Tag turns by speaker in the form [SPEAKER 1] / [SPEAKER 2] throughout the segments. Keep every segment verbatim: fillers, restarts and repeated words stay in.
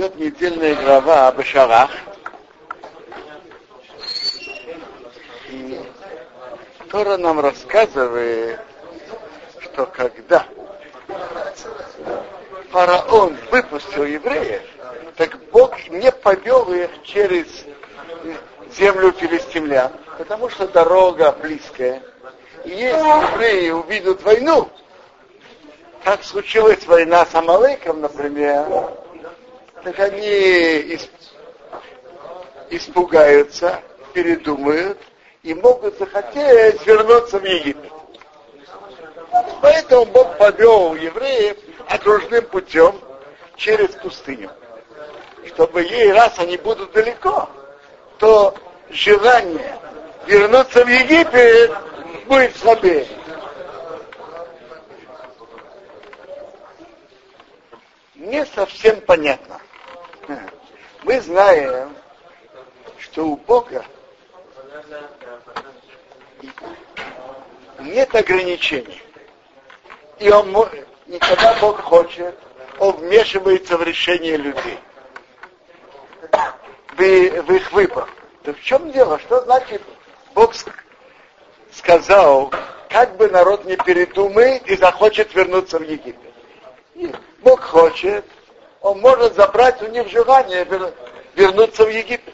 [SPEAKER 1] идет недельная глава об Шарах. И Тора нам рассказывает, что когда фараон выпустил евреев, так Бог не повел их через землю филистимлян, потому что дорога близкая. И если евреи увидят войну, как случилась война с Амалеком, например, так они испугаются, передумают и могут захотеть вернуться в Египет. Поэтому Бог повел евреев окружным путем через пустыню. Чтобы ей, раз они будут далеко, то желание вернуться в Египет будет слабее. Не совсем понятно. Мы знаем, что у Бога нет ограничений. И, он, и когда Бог хочет, Он вмешивается в решение людей. В, в их выбор. Так в чем дело? Что значит Бог сказал, как бы народ не передумает и захочет вернуться в Египет? И Бог хочет, Он может забрать у них желание вернуться в Египет.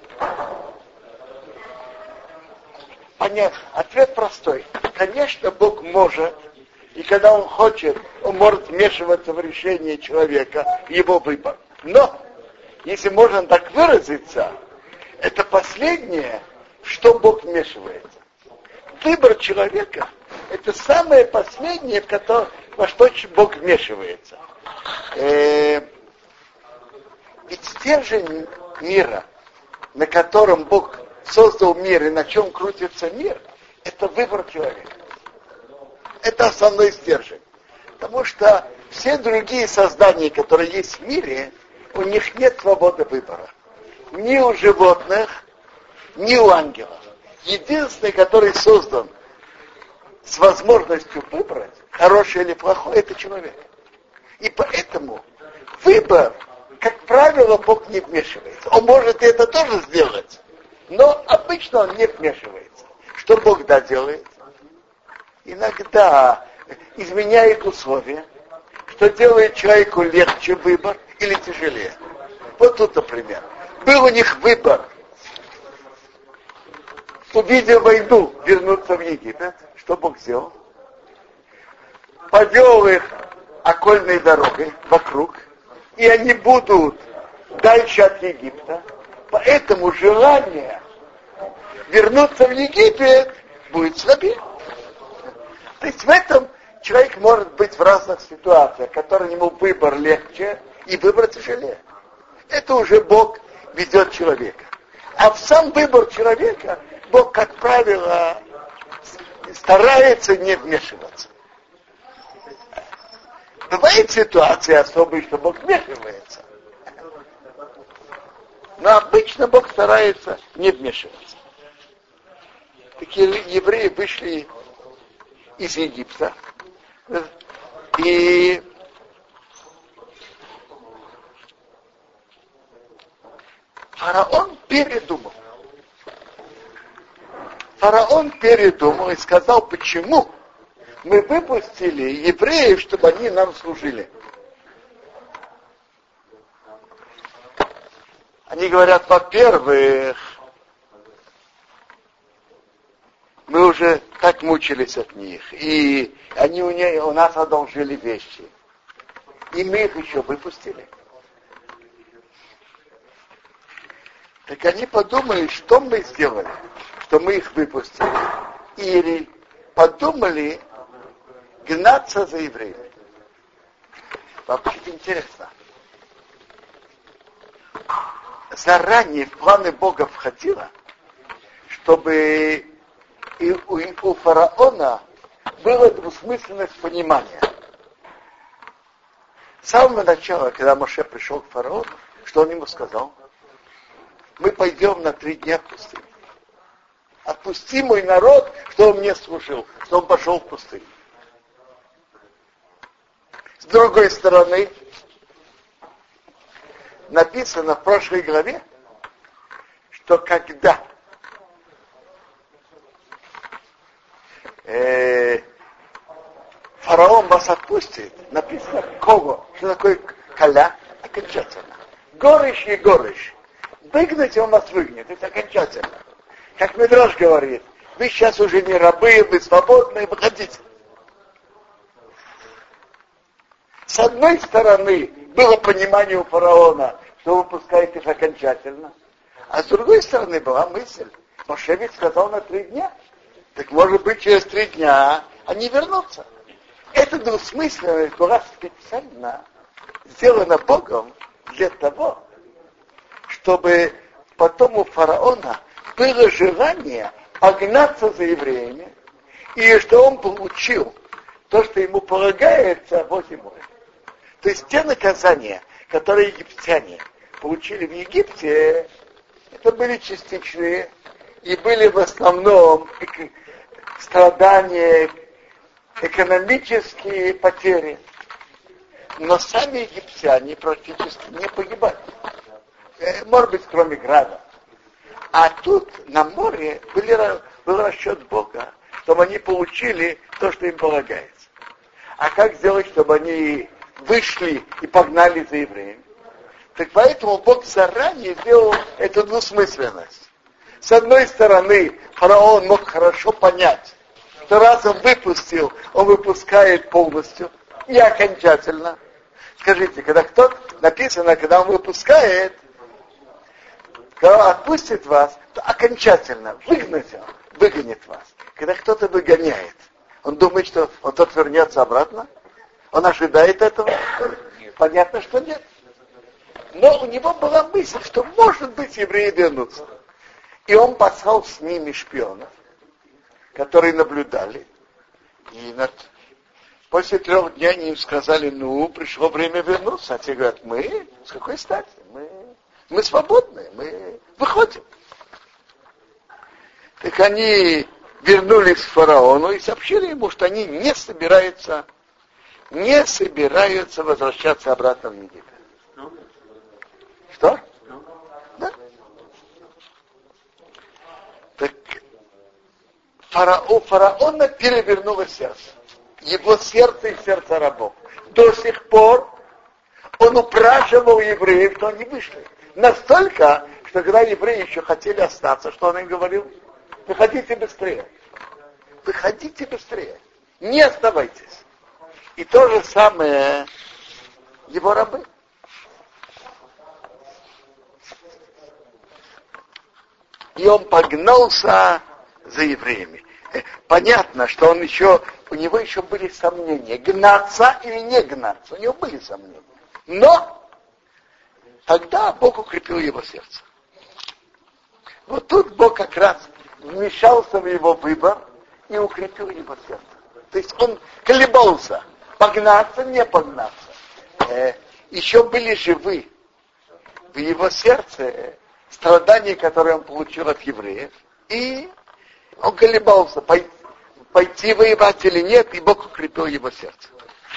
[SPEAKER 1] Понятно. Ответ простой. Конечно, Бог может, и когда Он хочет, Он может вмешиваться в решение человека, в его выбор. Но, если можно так выразиться, это последнее, в что Бог вмешивается. Выбор человека – это самое последнее, в которое, во что Бог вмешивается. Э, ведь стержень мира, на котором Бог создал мир и на чем крутится мир, это выбор человека. Это основной стержень. Потому что все другие создания, которые есть в мире, у них нет свободы выбора. Ни у животных, ни у ангелов. Единственный, который создан с возможностью выбрать, хорошее или плохое, это человек. И поэтому выбор, как правило, Бог не вмешивается. Он может это тоже сделать, но обычно он не вмешивается. Что Бог да делает? Иногда изменяет условия, что делает человеку легче выбор или тяжелее. Вот тут, например, был у них выбор, увидев войну, вернуться в Египет. Что Бог сделал? Повел их окольной дорогой вокруг, и они будут дальше от Египта. Поэтому желание вернуться в Египет будет слабее. То есть в этом человек может быть в разных ситуациях, в которых ему выбор легче и выбор тяжелее. Это уже Бог ведет человека. А в сам выбор человека Бог, как правило, старается не вмешиваться. Бывают ситуации особые, что Бог вмешивается. Но обычно Бог старается не вмешиваться. Такие евреи вышли из Египта. И фараон передумал. Фараон передумал и сказал, почему мы выпустили евреев, чтобы они нам служили. Они говорят, во-первых, мы уже так мучились от них, и они у, не, у нас одолжили вещи, и мы их еще выпустили. Так они подумали, что мы сделали, что мы их выпустили. Или подумали гнаться за евреями. Вообще интересно. Заранее в планы Бога входило, чтобы и у, и у фараона была двусмысленность понимания. С самого начала, когда Моше пришел к фараону, что он ему сказал? Мы пойдем на три дня в пустыню. Отпусти мой народ, что он мне служил, что он пошел в пустыню. С другой стороны, написано в прошлой главе, что когда э, фараон вас отпустит, написано кого, что такое коля, окончательно. Горыш и горыш. Выгнать он вас выгнет, это окончательно. Как Мидраш говорит, вы сейчас уже не рабы, вы свободны, выходите. С одной стороны, было понимание у фараона, что вы выпускаете их окончательно. А с другой стороны, была мысль, Моше ведь сказал на три дня. Так может быть, через три дня они вернутся. Это двусмысленность была специально сделана Богом для того, чтобы потом у фараона было желание погнаться за евреями, и что он получил то, что ему полагается возле моря. То есть те наказания, которые египтяне получили в Египте, это были частичные и были в основном страдания, экономические потери. Но сами египтяне практически не погибали. Может быть, кроме града. А тут на море были, был расчет Бога, чтобы они получили то, что им полагается. А как сделать, чтобы они вышли и погнали за евреями? Так поэтому Бог заранее сделал эту двусмысленность. С одной стороны, фараон мог хорошо понять, что раз он выпустил, он выпускает полностью и окончательно. Скажите, когда кто-то, написано, когда он выпускает, когда он отпустит вас, то окончательно выгнать он, выгонит вас. Когда кто-то выгоняет, он думает, что он тот вернется обратно? Он ожидает этого? Понятно, что нет. Но у него была мысль, что может быть евреи вернутся. И он послал с ними шпионов, которые наблюдали. И над... после трех дней они им сказали, ну, пришло время вернуться. А те говорят, мы? С какой стати? Мы, мы свободны, мы выходим. Так они вернулись к фараону и сообщили ему, что они не собираются, не собираются возвращаться обратно в Египет. Что? Да. Так фараон, фараона перевернуло сердце. Его сердце и сердце рабов. До сих пор он упрашивал евреев, что они вышли. Настолько, что когда евреи еще хотели остаться, что он им говорил? Выходите быстрее. Выходите быстрее. Не оставайтесь. И то же самое его рабы. И он погнался за евреями. Понятно, что он еще, у него еще были сомнения, гнаться или не гнаться. У него были сомнения. Но тогда Бог укрепил его сердце. Вот тут Бог как раз вмешался в его выбор и укрепил его сердце. То есть он колебался, погнаться, не погнаться. Э, еще были живы в его сердце страдания, которые он получил от евреев, и он колебался, пойти, пойти воевать или нет, и Бог укрепил его сердце.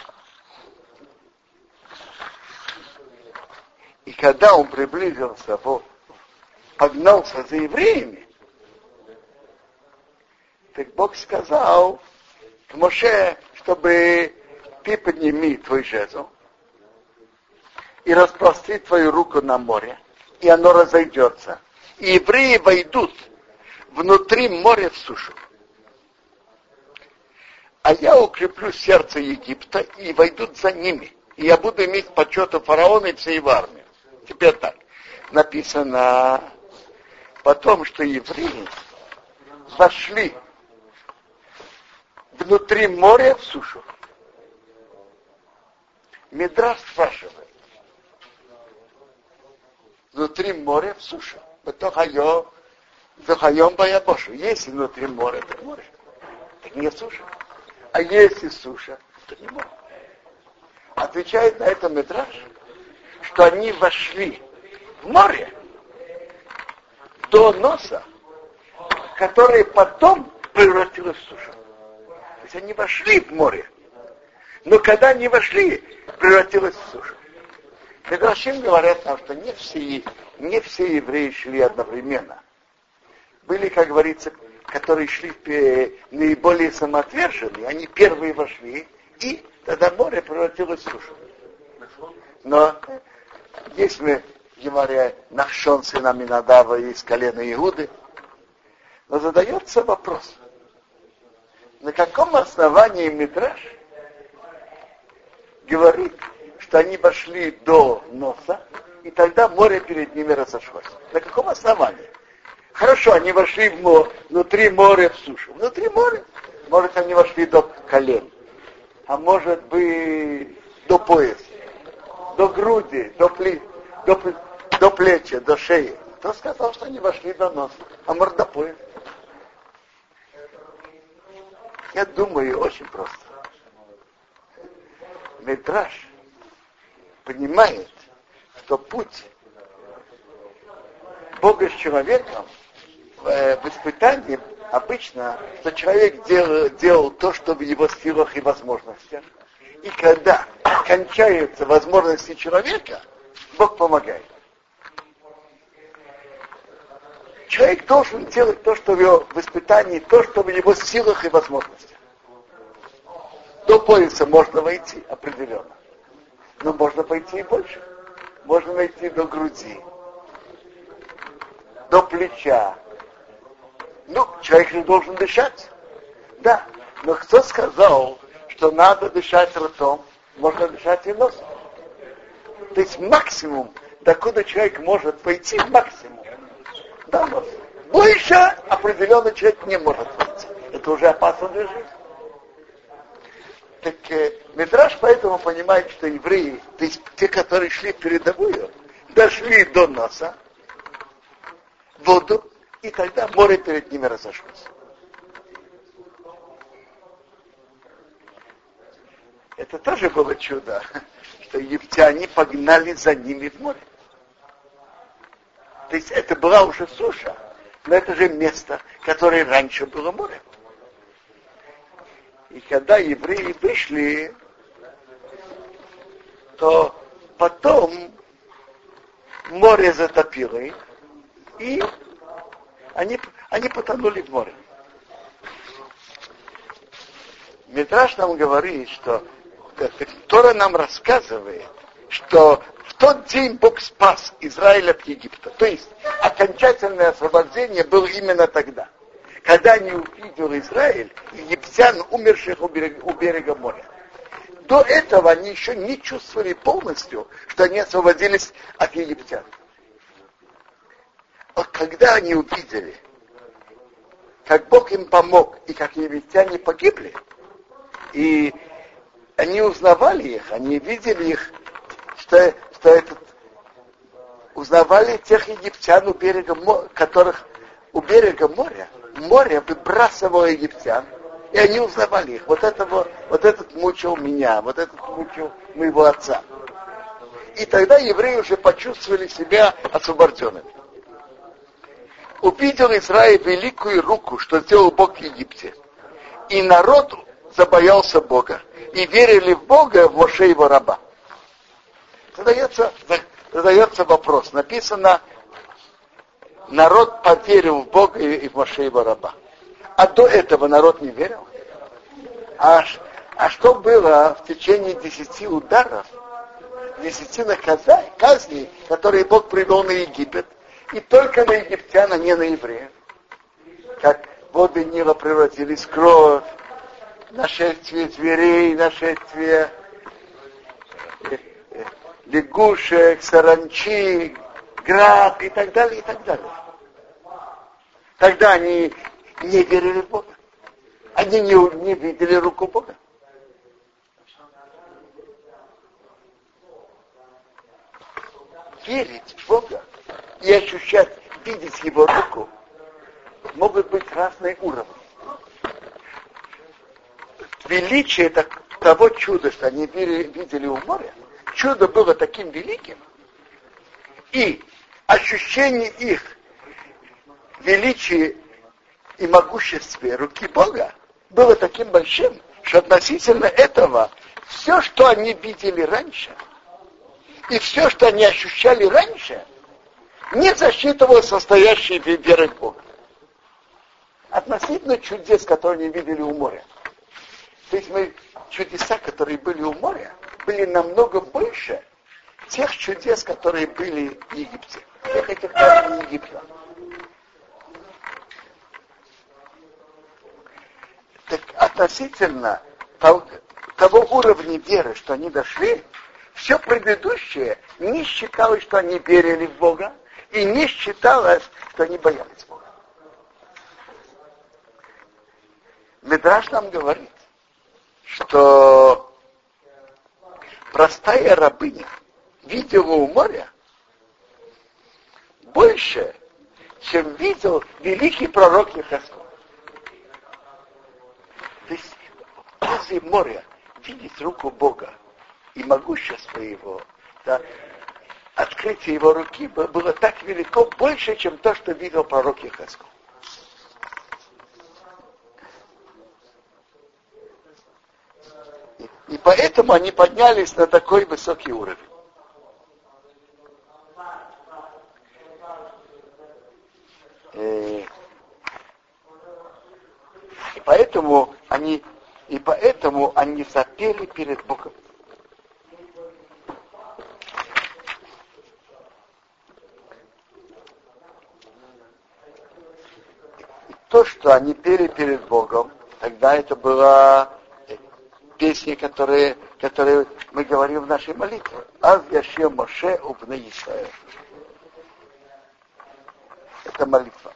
[SPEAKER 1] И когда он приблизился, вот, погнался за евреями, так Бог сказал к Моше, чтобы ты подними твой жезл и распростри твою руку на море, и оно разойдется. И евреи войдут внутри моря в сушу. А я укреплю сердце Египта, и войдут за ними. И я буду иметь почет у фараона и всей его армии. Теперь так. Написано потом, что евреи вошли внутри моря в сушу. Мидраш спрашивает. Внутри моря в сушу. Захайом баябошу. Если внутри моря, то море. Так не суша. А если суша, то не море. Отвечает на это Мидраш, что они вошли в море до носа, которое потом превратилось в сушу. То есть они вошли в море, но когда они вошли, превратилось в сушу. Мидрашим говорят нам, что не все, не все евреи шли одновременно. Были, как говорится, которые шли наиболее самоотверженные, они первые вошли, и тогда море превратилось в сушу. Но есть мы, говоря, Нахшон, сын Аминадава из колена Иуды, но задается вопрос, на каком основании Мидраш говорит, что они вошли до носа, и тогда море перед ними разошлось. На каком основании? Хорошо, они вошли в море, внутри моря в сушу. Внутри моря, может, они вошли до колен, а может быть до пояса, до груди, до, пли, до, до плеча, до шеи. Кто сказал, что они вошли до носа, а может до пояса? Я думаю, очень просто. Мидраш понимает, что путь Бога с человеком э, в испытании обычно, что человек делал, делал то, что в его силах и возможностях. И когда кончаются возможности человека, Бог помогает. Человек должен делать то, что в, его, в испытании, то, что в его силах и возможностях. До пояса можно войти определенно. Но можно пойти и больше. Можно войти до груди, до плеча. Ну, человек же должен дышать. Да, но кто сказал, что надо дышать ртом, можно дышать и носом. То есть максимум, докуда человек может пойти, максимум. Да, нос. Больше определенный человек не может пойти. Это уже опасно для жизни. Так э, Мидраш поэтому понимает, что евреи, то есть те, которые шли в передовую, дошли до носа, воду, и тогда море перед ними разошлось. Это тоже было чудо, что египтяне погнали за ними в море. То есть это была уже суша, но это же место, которое раньше было море. И когда евреи вышли, то потом море затопило их, и они, они потонули в море. Мидраш нам говорит, что Тора нам рассказывает, что в тот день Бог спас Израиль от Египта. То есть окончательное освобождение было именно тогда, когда не увидел Израиль египтян, умерших у берега, у берега моря. До этого они еще не чувствовали полностью, что они освободились от египтян. А когда они увидели, как Бог им помог, и как египтяне погибли, и они узнавали их, они видели их, что, что этот, узнавали тех египтян, у берега, которых у берега моря, море выбрасывало египтян, и они узнавали их. Вот, этого, вот этот мучил меня, вот этот мучил моего отца. И тогда евреи уже почувствовали себя освобожденными. Увидел Израиль великую руку, что сделал Бог в Египте. И народ забоялся Бога. И верили в Бога, в Моше его раба. Задается, задается вопрос. Написано, народ поверил в Бога и в Моше его раба. А до этого народ не верил. А, а что было в течение десяти ударов, десяти наказаний, казней, которые Бог привел на Египет, и только на египтян, а не на евреев. Как воды Нила превратились в кровь, нашествие зверей, нашествие лягушек, саранчи, град и так далее, и так далее. Тогда они не верили в Бога. Они не, не видели руку Бога. Верить в Бога и ощущать, видеть его руку, могут быть разные уровни. Величие того чуда, что они видели у моря, чудо было таким великим, и ощущение их величия и могуществе руки Бога было таким большим, что относительно этого все, что они видели раньше, И все, что они ощущали раньше, не засчитывалось состоящей верой в Бога. Относительно чудес, которые они видели у моря. То есть мы, чудеса, которые были у моря, были намного больше тех чудес, которые были в Египте. Тех этих в Египте. Так относительно того, того уровня веры, что они дошли, все предыдущее не считалось, что они верили в Бога, и не считалось, что они боялись Бога. Мидраш нам говорит, что простая рабыня видела у моря больше, чем видел великий пророк Ехескель. То есть возле моря видеть руку Бога и могущество Его, да, открытие Его руки было так велико, больше, чем то, что видел пророк Ехескель. И, и поэтому они поднялись на такой высокий уровень. И, и поэтому они и поэтому они запели перед Богом. И то, что они пели перед Богом, тогда это была песни, которые, которые мы говорим в нашей молитве. Аз яшем Моше убне Исраэль. Это молитва.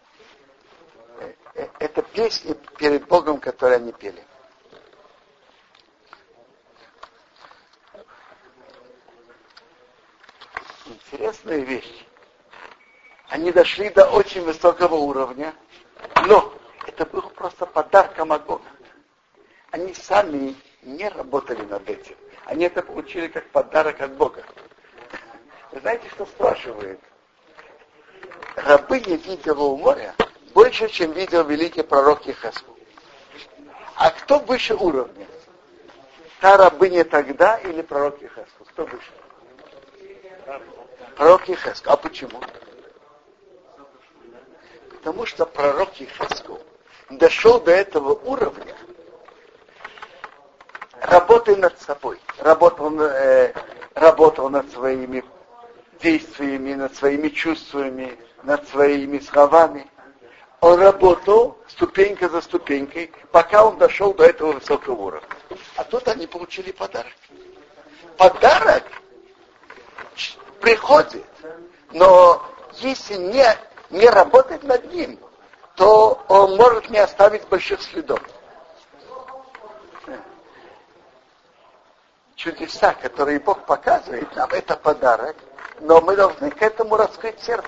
[SPEAKER 1] Это песни перед Богом, которые они пели. Интересная вещь. Они дошли до очень высокого уровня, но это было просто подарком от Бога. Они сами не работали над этим. Они это получили как подарок от Бога. Вы знаете, что спрашивает? Рабыня видела у моря больше, чем видел великий пророк Ехескель. А кто выше уровня? Та рабыня тогда или пророк Ехескель? Кто выше? Пророк Ехескель. А почему? Потому что пророк Ехескель дошел до этого уровня, работая над собой, работал, э, работал над своими действиями, над своими чувствами, над своими словами. Он работал ступенька за ступенькой, пока он дошел до этого высокого уровня. А тут они получили подарок. Подарок приходит, но если не, не работать над ним, то он может не оставить больших следов. Чудеса, которые Бог показывает нам, это подарок, но мы должны к этому раскрыть сердце.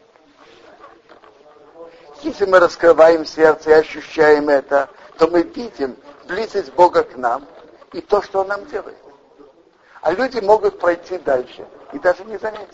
[SPEAKER 1] Если мы раскрываем сердце и ощущаем это, то мы видим близость Бога к нам и то, что Он нам делает. А люди могут пройти дальше и даже не заметить.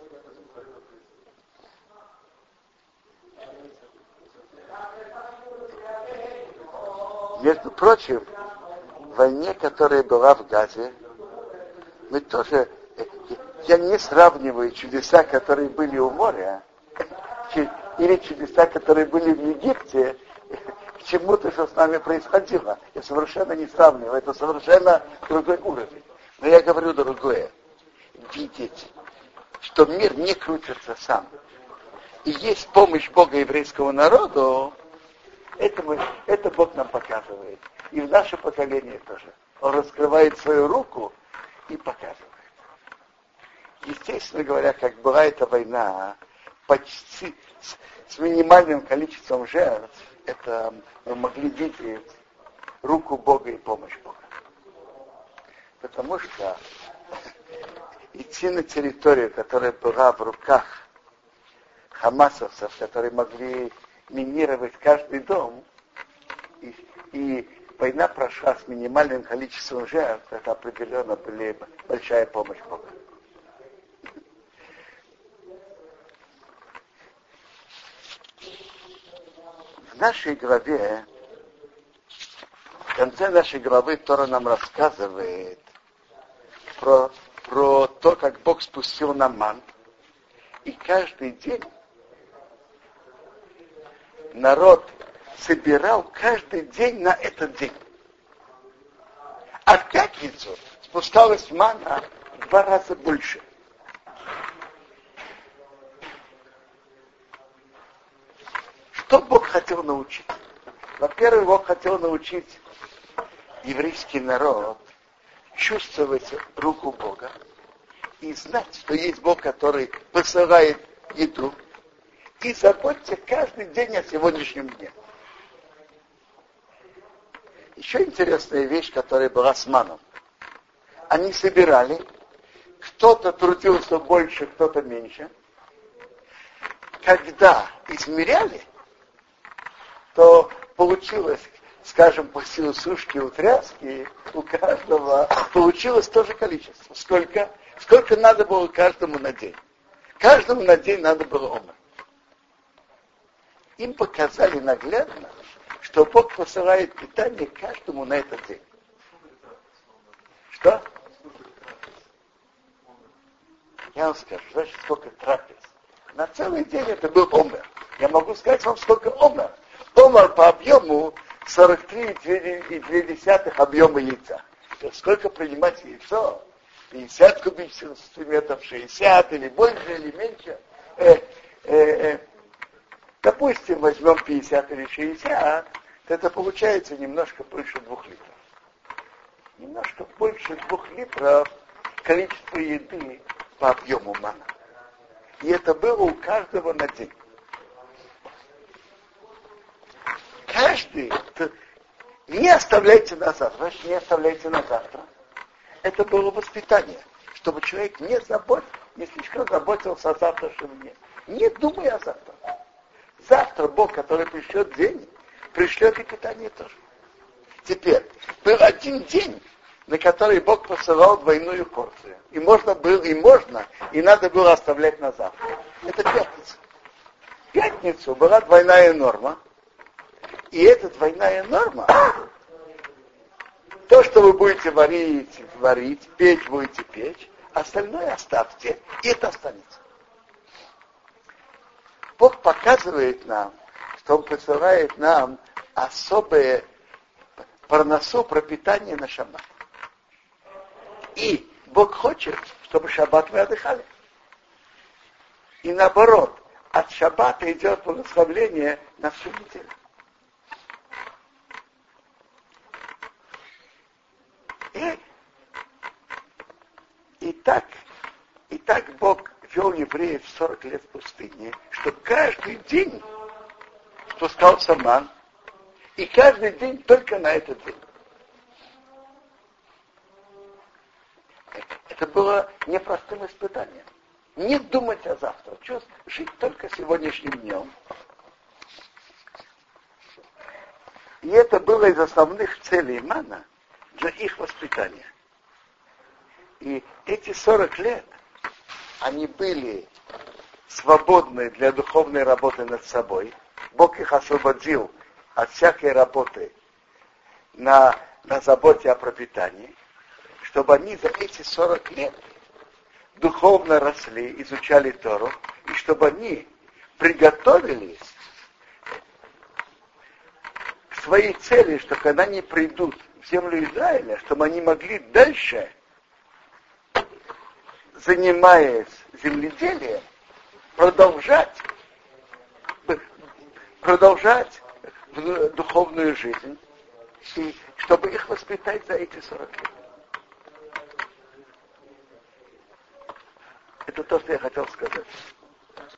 [SPEAKER 1] Между прочим, в войне, которая была в Газе, мы тоже, я не сравниваю чудеса, которые были у моря, или чудеса, которые были в Египте, к чему-то, что с нами происходило. Я совершенно не сравниваю, это совершенно другой уровень. Но я говорю другое. Видеть, что мир не крутится сам. И есть помощь Бога еврейскому народу, это, мы, это Бог нам показывает. И в наше поколение тоже. Он раскрывает свою руку и показывает. Естественно говоря, как была эта война, почти с, с минимальным количеством жертв, это мы могли видеть руку Бога и помощь Бога. Потому что идти на территорию, которая была в руках хамасовцев, которые могли минировать каждый дом, и, и война прошла с минимальным количеством жертв, это определенно была большая помощь Бога. В нашей главе, в конце нашей главы Тора нам рассказывает про про то, как Бог спустил на ман. И каждый день народ собирал каждый день на этот день. А в пятницу спускалась мана в два раза больше. Что Бог хотел научить? Во-первых, Бог хотел научить еврейский народ чувствовать руку Бога и знать, что есть Бог, который посылает еду, и заботиться каждый день о сегодняшнем дне. Еще интересная вещь, которая была с маном. Они собирали, кто-то трудился больше, кто-то меньше. Когда измеряли, то получилось, скажем, по силе сушки, утряски, у каждого получилось то же количество. Сколько, сколько надо было каждому на день. Каждому на день надо было омер. Им показали наглядно, что Бог посылает питание каждому на этот день. Что? Я вам скажу, значит, сколько трапез. На целый день это был омер. Я могу сказать вам, сколько омер. Омер по объему сорок три и две десятых объема яйца. Сколько принимать яйцо? пятьдесят кубических сантиметров, шестьдесят или больше, или меньше. Э, э, э. Допустим, возьмем пятьдесят или шестьдесят, то это получается немножко больше двух литров. Немножко больше двух литров количество еды по объему мана. И это было у каждого на день. Каждый, не оставляйте на завтра, значит, не оставляйте на завтра. Это было воспитание, чтобы человек не заботился, не слишком заботился о завтрашнем дне. Не думай о завтра. Завтра Бог, который пришлет день, пришлет и питание тоже. Теперь, был один день, на который Бог посылал двойную порцию. И можно было, и можно, и надо было оставлять на завтра. Это пятница. В пятницу была двойная норма. И эта двойная норма, то, что вы будете варить, варить, печь будете печь, остальное оставьте, и это останется. Бог показывает нам, что Он посылает нам особое парносу, пропитание на шаббат. И Бог хочет, чтобы шаббат вы отдыхали. И наоборот, от шаббата идет благословление на всю неделю. И, и, так, и так Бог вел евреев сорок лет в пустыне, что каждый день спускался ман, и каждый день только на этот день. Это было непростым испытанием. Не думать о завтра, жить только сегодняшним днем. И это было из основных целей мана для их воспитания. И эти сорок лет, они были свободны для духовной работы над собой. Бог их освободил от всякой работы на, на заботе о пропитании, чтобы они за эти сорок лет духовно росли, изучали Тору, и чтобы они приготовились к своей цели, что когда они придут в землю Израиля, чтобы они могли дальше, занимаясь земледелием, продолжать, продолжать духовную жизнь, и чтобы их воспитать за эти сорок лет. Это то, что я хотел сказать.